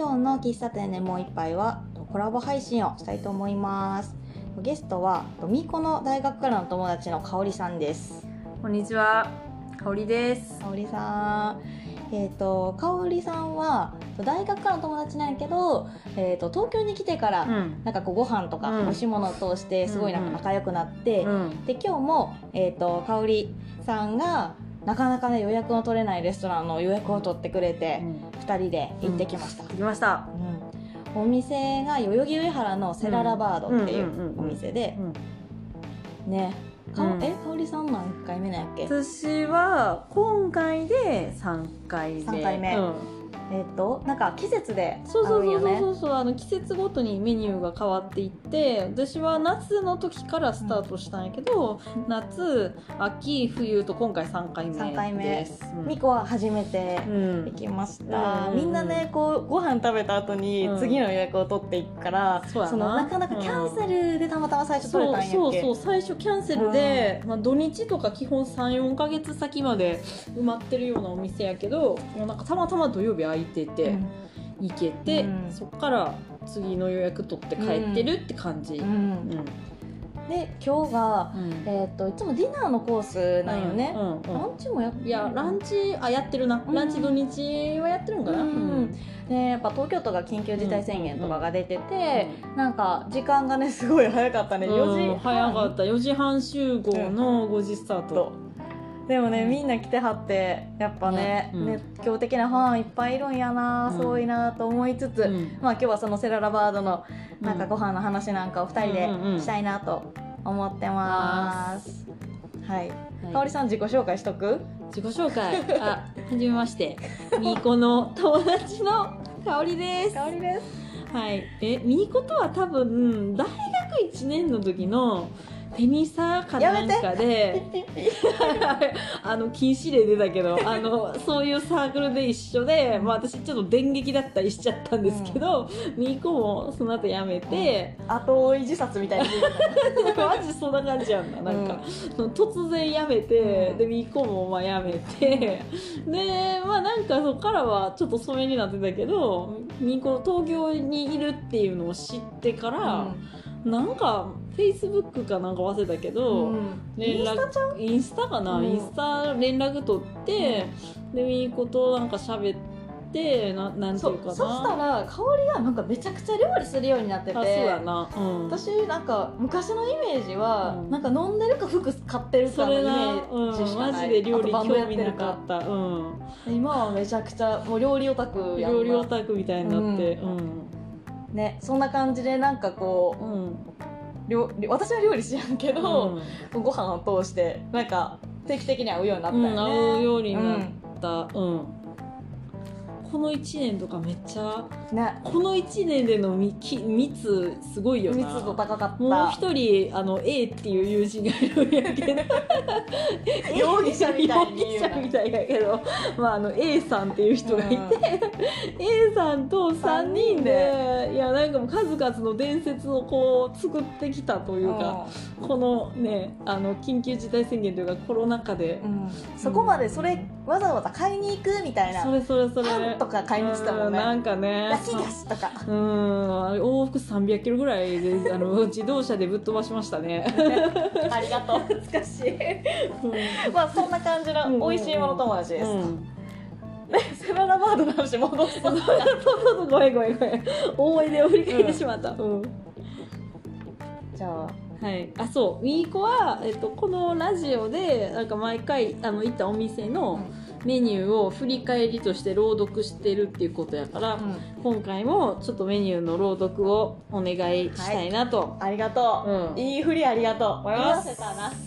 今日の喫茶店でもう一杯はコラボ配信をしたいと思います。ゲストはみーこの大学からの友達のかおりさんです。 こんにちは、かおりです。 かおりさん、かおりさんは大学からの友達なんやけど、東京に来てから、なんかこうご飯とか美味しいものを通してすごいなんか仲良くなって、で今日も、かおりさんがなかなかね予約の取れないレストランの予約を取ってくれて、2人で行ってきました。 行きました。 お店が代々木上原のセララバードっていうお店で、ね、かおりさん何回目なんやっけ？ 私は今回で3回目。 3回目。なんか季節であるんよね。 そう季節ごとにメニューが変わっていって、私は夏の時からスタートしたんやけど、夏、秋、冬と今回3回目です。 みこは初めて行きました。みんなねこうご飯食べた後に次の予約を取っていくから、なかなかキャンセルでたまたま最初取れたんやっけ？ そう最初キャンセルで、土日とか基本 3,4 ヶ月先まで埋まってるようなお店やけど、もうなんかたまたま土曜日空いてて、行けて、そっから次の予約取って帰ってるって感じ。 で今日が、いつもディナーのコースなんよね。ランチもやってる？ いやランチやってるな。ランチ土日はやってるんかな。 ね、やっぱ東京都が緊急事態宣言とかが出てて、なんか時間がねすごい早かったね。4時早かった。4時半集合の5時スタート。 でもね、みんな来てはってやっぱね、熱狂的なファンいっぱいいるんやな、すごいなと思いつつ、まあ今日はそのセララバードのなんかご飯の話なんかを2人でしたいなと思ってます。はい。かおりさん自己紹介しとく？ 自己紹介。はじめまして。みーこの友達のかおりです。 かおりです。 はい。みーことは多分大学1年の時のテニサーかなんかで禁止令出たけどそういうサークルで一緒で、私ちょっと電撃だったりしちゃったんですけど、みーこもその後辞めて、 後追い自殺みたいなマジそんな感じやんな。なんか、突然辞めて、でみーこも辞めて、でなんかそこからはちょっと疎遠になってたけど、みーこ東京にいるっていうのを知ってから、なんかフェイスブックかなんか忘れたけど、 インスタかな、インスタ連絡取って、でみーことなんか喋ってなんていうかな。 そしたらかおりがなんかめちゃくちゃ料理するようになってて、 そうやな、 私なんか昔のイメージは、なんか飲んでるか服買ってるかのイメージしかない。 マジで料理興味なかった。 今はめちゃくちゃもう料理オタクやんな。 料理オタクみたいになって、 ね、そんな感じでなんかこう、私は料理しやんけど、ご飯を通してなんか定期的に会うようになったよね。 会うようになった。この1年とかめっちゃ、この1年での密すごいよな。 密度高かった。 もう一人A っていう友人がいるんやけど容疑者みたいに言うな。 容疑者みたいやけど、A さんっていう人がいて、A さんと3人で、いやなんかもう数々の伝説をこう作ってきたというか、このね緊急事態宣言というかコロナ禍で、 そこまでそれわざわざ買いに行くみたいな。 それパンとか買いに来たもんね。 なんかね、 焼き菓子とか往復300キロぐらいで自動車でぶっ飛ばしましたね。 ありがとう。懐かしい。そんな感じの美味しいもの友達です。セララバードの話戻す。 ごめん大江で振り返ってしまった。 じゃあはい、そうみーこは、このラジオでなんか毎回行ったお店のメニューを振り返りとして朗読してるっていうことやから、今回もちょっとメニューの朗読をお願いしたいなと。 ありがとう、いい振りありがとう。読ませたな。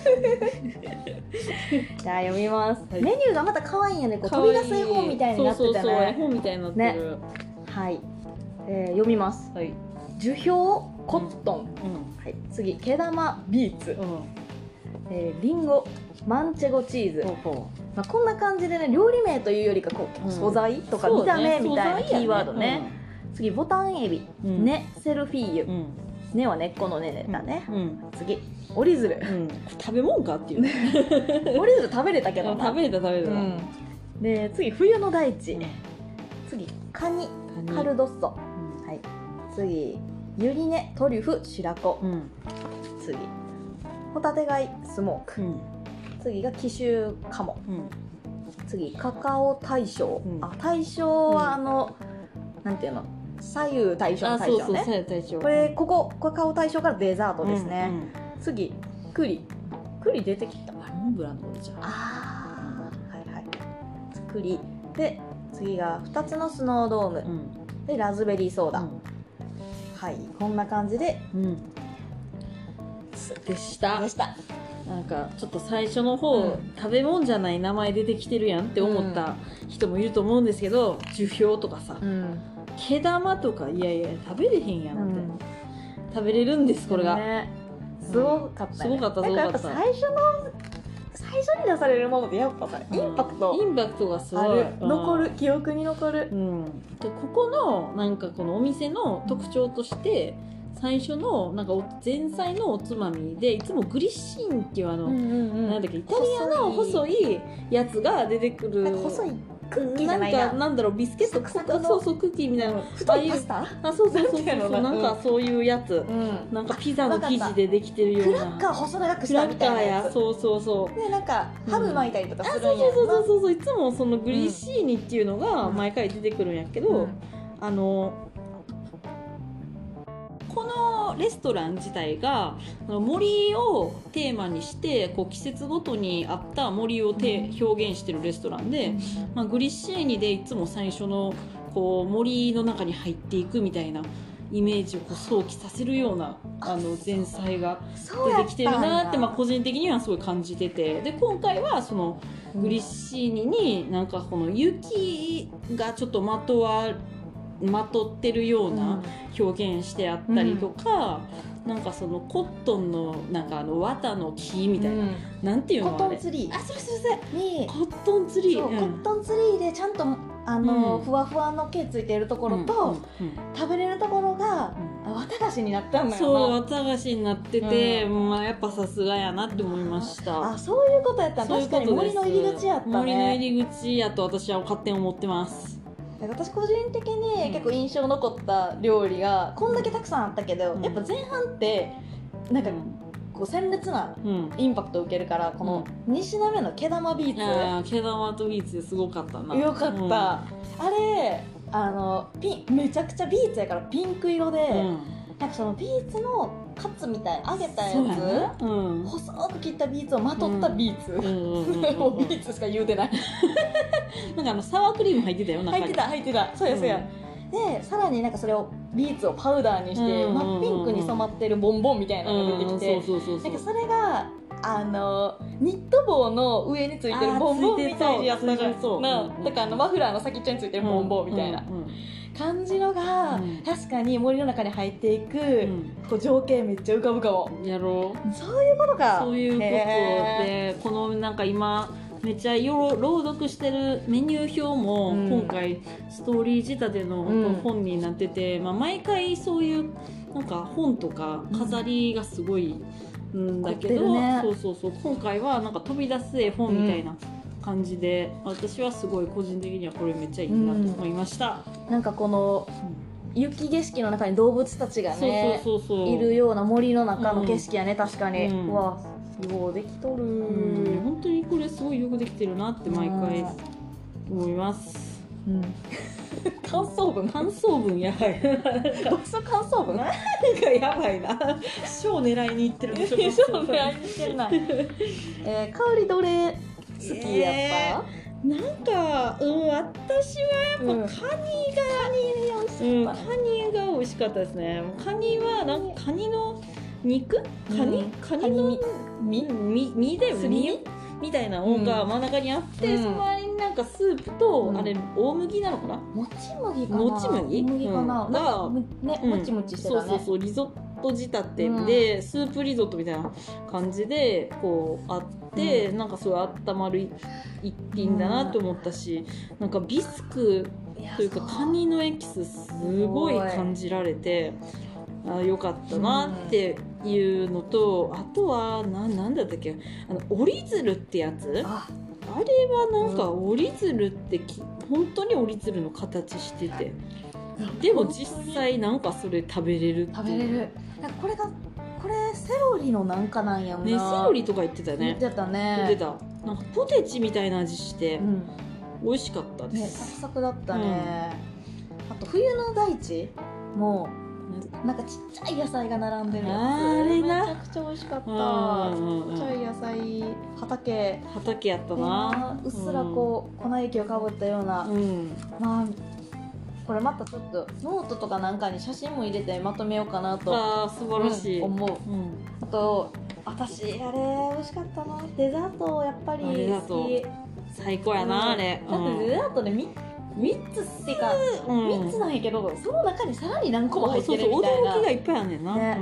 じゃあ読みます。メニューがまた可愛いんやね。こう飛び出す絵本みたいになっててね。 絵本みたいになってる。 はい、読みます。樹氷コットン、次毛玉ビーツ、リンゴマンチェゴチーズ。こんな感じでね、料理名というよりかこう、素材とか見た目みたいなキーワードね。次ボタンエビ、ねセルフィーユ、ねは根っこのねだね。次折り鶴、 食べ物かっていう。 折り鶴食べれたけどな。 食べれた。 で次冬の大地、次カニ、 カルドッソ、はい、次ユリネトリュフ白子、次ホタテ貝スモーク、次が紀州鴨、次カカオ大将、大将はなんていうの、左右対称の大将ね。 左右対称。 これカカオ大将からデザートですね。次栗出てきた。 モンブランのじゃん。 はいはい。栗で次が2つのスノードーム、でラズベリーソーダ、はい、こんな感じで、 でした。なんかちょっと最初の方、食べ物じゃない名前出てきてるやんって思った人もいると思うんですけど、樹氷とかさ、毛玉とかいや食べれへんやんって、食べれるんですこれが、 すごかったね。 すごかったやっぱ最初に出されるものってやっぱさ、インパクトがすごい残る、記憶に残る。 でここのなんかこのお店の特徴として最初のなんか前菜のおつまみでいつもグリッシンっていうなんだっけ、イタリアの細いやつが出てくる、 細いクッキーじゃないな、 なんだろう、ビスケット、そうクッキーみたいな、 太いパスタ、 そうなんかそういうやつ、なんかピザの生地でできてるような、 クラッカー細長くしたみたいなやつ、 そうでなんかハム巻いたりとかするんやな。そういつもそのグリッシーニっていうのが毎回出てくるんやけど、このレストラン自体が森をテーマにしてこう季節ごとに合った森を表現してるレストランで、グリッシーニでいつも最初のこう森の中に入っていくみたいなイメージをこう想起させるような前菜が出てきてるなって、個人的にはすごい感じてて、で今回はそのグリッシーニになんかこの雪がちょっとまとってるような表現してあったりとか、なんかそのコットンのなんか綿の木みたいな、なんていうのあれ、 コットンツリー、 それにコットンツリー、 コットンツリーでちゃんとふわふわの毛ついてるところと、食べれるところが綿菓子になったんだよな。 そう綿菓子になってて、やっぱさすがやなって思いました。 そういうことやったら確かに森の入り口やったね。 森の入り口やと私は勝手に思ってます。 私個人的に結構印象残った料理がこんだけたくさんあったけど、やっぱ前半ってなんかこう鮮烈なインパクトを受けるから、この2品目の毛玉ビーツ、 毛玉とビーツですごかったな。 よかった、あれめちゃくちゃビーツやからピンク色で、なんかそのビーツのカツみたい揚げたやつ、細く切ったビーツをまとったビーツ、もうビーツしか言うてないなんかサワークリーム入ってたよ、 入ってた、そうや、でさらになんかそれをビーツをパウダーにして真っピンクに染まってるボンボンみたいなのが出てきて、なんかそれがニット帽の上についてるボンボンみたいにやったじゃんな、だからマフラーの先っちょについてるボンボンみたいな感じのが、確かに森の中に入っていく、こう情景めっちゃ浮かぶかも。 やろう、 そういうことか。 そういうことで、このなんか今めっちゃ朗読してるメニュー表も今回ストーリー仕立ての本になってて、毎回そういうなんか本とか飾りがすごいんだけど、そう今回はなんか飛び出す絵本みたいな感じで、私はすごい個人的にはこれめっちゃいいなと思いました。 なんかこの雪景色の中に動物たちがねいるような森の中の景色やね、確かに。うわ、ようできとる。 本当にこれすごいよくできてるなって毎回思います。 感想文やばい読書感想文なんかやばいな賞狙いにいってる賞狙いにいってるな香りどれ好きやった？ なんか、私はやっぱカニが美味しかったですね。カニはなんかカニの肉、カニの身だよね、みたいなのが真ん中にあって、その周りになんかスープと、あれ大麦なのかな、 もち麦かな、 もち麦かな、がね、もちもちしてたね。 そうリゾット仕立てで、スープリゾットみたいな感じでこうあって、なんかすごい温まる一品だなと思ったし、なんかビスクというかカニのエキスすごい感じられて、良かったなっていうのと、あとはなんだったっけ、折り鶴ってやつ、あれはなんか折り鶴って本当に折り鶴の形してて、 でも実際なんかそれ食べれるっていう食べれる。なんかこれセロリのなんかなんやんな。 ね、セロリとか言ってたよね。 言ってたね。 言ってた。なんかポテチみたいな味して、美味しかったでね、 す。 サクサクだったね。あと冬の大地もなんかちっちゃい野菜が並んでるやつ。 あれな。 めちゃくちゃ美味しかった。ちっちゃい野菜畑やったな。 うっすらこう粉雪をかぶったような。まあこれまたちょっとノートとかなんかに写真も入れてまとめようかなと。 あー素晴らしい。 思う。あと私あれ美味しかったな。デザートやっぱり好き。 最高やなあれ。 だってデザートで3つっていうか3つなんやけど、その中にさらに何個も入ってるみたいな。 驚きがいっぱいあんねんな。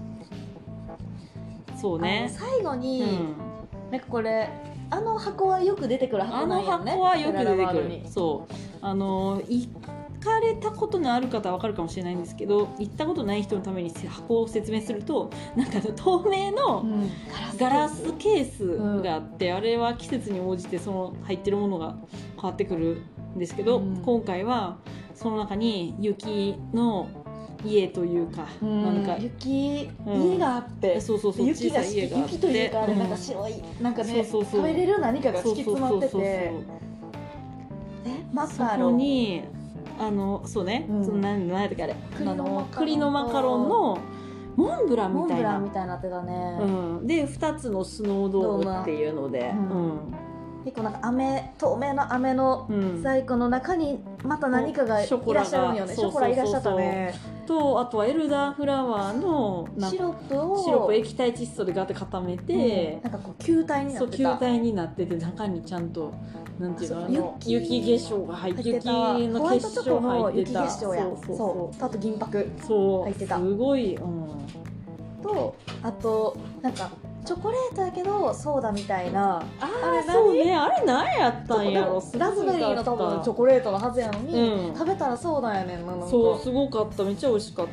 そうね。 最後になんかこれあの箱はよく出てくる箱なんやね。 あの箱はよく出てくる。そう行かれたことのある方は分かるかもしれないんですけど、行ったことない人のために箱を説明すると、なんか透明のガラスケースがあって、あれは季節に応じてその入ってるものが変わってくるんですけど、今回はその中に雪の家というか、なんか家があって、 そう雪というかあれなんか白いなんかね、食べれる何かが敷き詰まってて、マカロンにそうね、その何やったっけあれ、栗のマカロンのモンブランみたいななってたね。 で2つのスノードームっていうので、 結構なんか透明の飴の在庫の中にまた何かがいらっしゃるんよね。ショコラいらっしゃったね。 とあとはエルダーフラワーのシロップ液体窒素でガーって固めて、 なんかこう球体になってた。 球体になってて、中にちゃんとなんていうの、雪結晶が入ってた。雪の結晶入ってた。 そう。あと銀箔入ってた。 すごい。 とあとなんかチョコレートやけどソーダみたいな。 あれそうね、あれ何やったんやろ。 ラズベリーの多分チョコレートのはずやのに、食べたらソーダやねんな。 そうすごかった。めっちゃ美味しかった。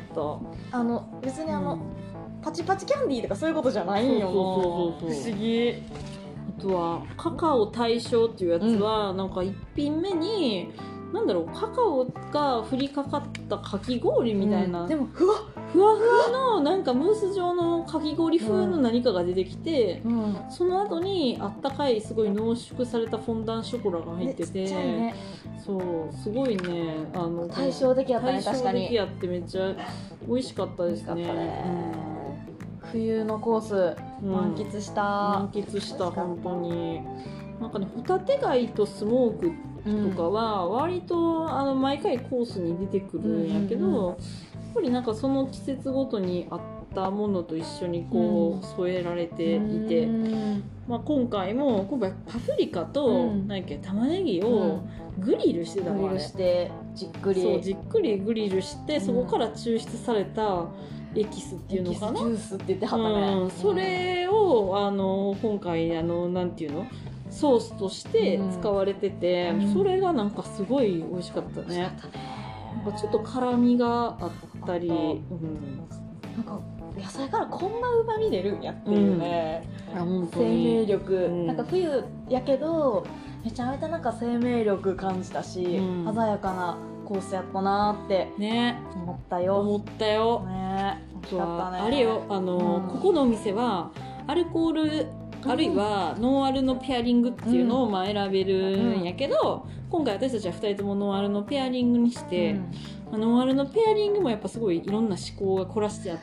別にパチパチキャンディーとかそういうことじゃないんよ。不思議。 あとはカカオ大賞っていうやつは、なんか1品目になんだろう、カカオが振りかかったかき氷みたいな、 でもふわふわのなんかムース状のかき氷風の何かが出てきて、その後にあったかいすごい濃縮されたフォンダンショコラが入ってて、そうすごいね、 対照的やったね。確かに対照的やってめっちゃ美味しかったですね。 冬のコース満喫した本当に。なんかね、ホタテ貝とスモークとかは割と毎回コースに出てくるんやけど、やっぱりなんかその季節ごとにあったものと一緒にこう添えられていて、今回パプリカと何やっけ玉ねぎをグリルしてたの。 じっくりグリルして、そこから抽出されたエキスっていうのかな、 ジュースって言ってはったね。 それを今回なんていうの、ソースとして使われてて、それがなんかすごい美味しかったね。なんかちょっと辛みがあったり、 なんか野菜からこんな旨味出るんやっていうね、生命力、なんか冬やけどめちゃめちゃなんか生命力感じたし、鮮やかなコースやったなって思ったよ。ね、美味しかったね。 あれよ、ここのお店はアルコールあるいはノンアルのペアリングっていうのを選べるんやけど、今回私たちは2人ともノンアルのペアリングにして、ノンアルのペアリングもやっぱすごいいろんな思考が凝らしてあって、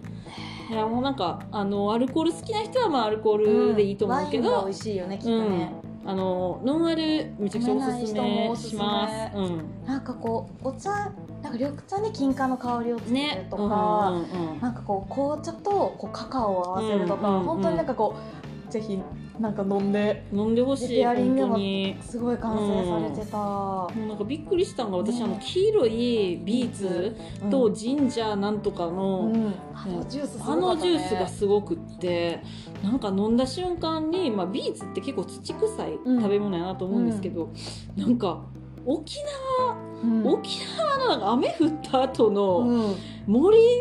いやもうなんかアルコール好きな人はアルコールでいいと思うけど、 ワインが美味しいよねきっとね。 ノンアルめちゃくちゃおすすめします。 なんかこうお茶、なんか緑茶に金柑の香りをつけるとか、なんかこう紅茶とカカオを合わせるとか、本当になんかこうぜひなんか飲んでほしい。ペアリングもすごい完成されてた。 なんかびっくりしたのが、私黄色いビーツとジンジャーなんとかのあのジュースがすごくって、なんか飲んだ瞬間に、ビーツって結構土臭い食べ物やなと思うんですけど、なんか沖縄のなんか雨降った後の森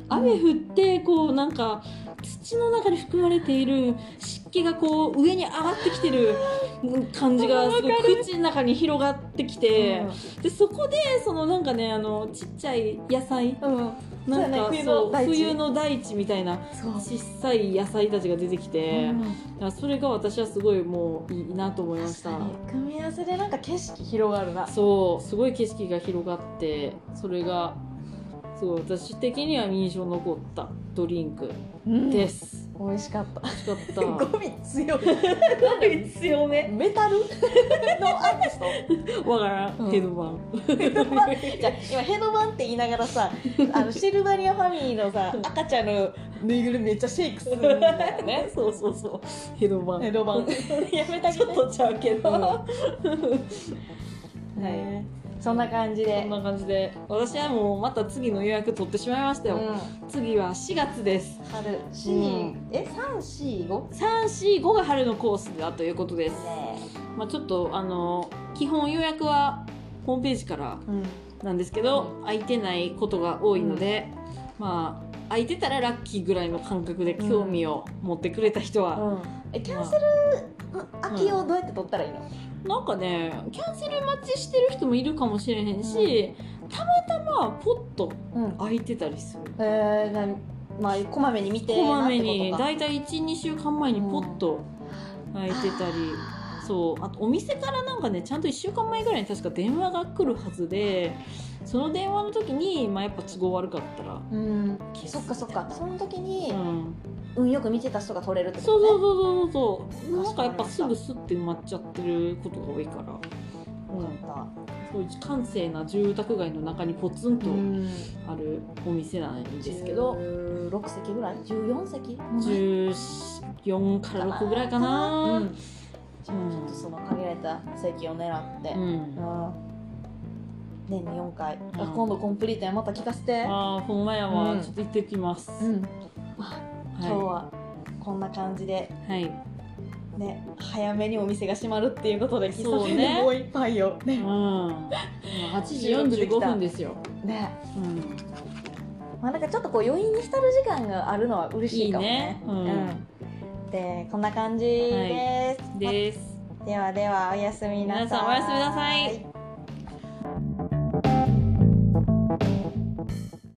雨降ってこうなんか土の中に含まれている湿気がこう上に上がってきてる感じがすごい口の中に広がってきて、でそこでそのなんかねちっちゃい野菜、なんか冬の大地みたいな小さい野菜たちが出てきて、それが私はすごいもういいなと思いました。 組み合わせでなんか景色広がるな。 そうすごい景色が広がって、それがすごい私的には印象残ったドリンクです、 美味しかった。 美味しかった語尾強い。語尾強め。メタルのアーティストわからん、ヘドバン。 じゃあ今ヘドバンって言いながらさ、シルバニアファミリーのさ赤ちゃんのぬいぐるみめっちゃシェイクするんだよね。 そうそうそう、ヘドバン。 ヘドバンやめたけどちょっとちゃうけど、 はい、そんな感じで私はもうまた次の予約取ってしまいましたよ、次は4月です。 春345 345が春のコースだということです、まあ、ちょっと基本予約はホームページからなんですけど、空いてないことが多いので、まあ空いてたらラッキーぐらいの感覚で興味を持ってくれた人は、 キャンセル空きをどうやって取ったらいいの？ なんかね、キャンセル待ちしてる人もいるかもしれへんし、たまたまポッと空いてたりする、 まあこまめに見てこまめにだいたい 1,2 週間前にポッと空いてたり、そう、あとお店からなんかねちゃんと1週間前ぐらいに確か電話が来るはずで、その電話の時に、まあ、やっぱ都合悪かったらそっかそっか、その時に、運よく見てた人が取れるってことね。そうなんかやっぱすぐスッて埋まっちゃってることが多いから、そういう閑静な住宅街の中にポツンとあるお店なんですけど、 16席ぐらい14席 14から6ぐらいかな、 ちょっとその限られた席を狙って、年に4回、今度コンプリートやまた聞かせて。 ほんまやわ、ちょっと行ってきます、 今日はこんな感じで、ね、早めにお店が閉まるっていうことで、喫茶店でもう一杯をね、 8時45分ですよね。まあなんかちょっとこう余韻に浸る時間があるのは嬉しいかもね。でこんな感じです。ではではおやすみなさい。 皆さんおやすみなさい。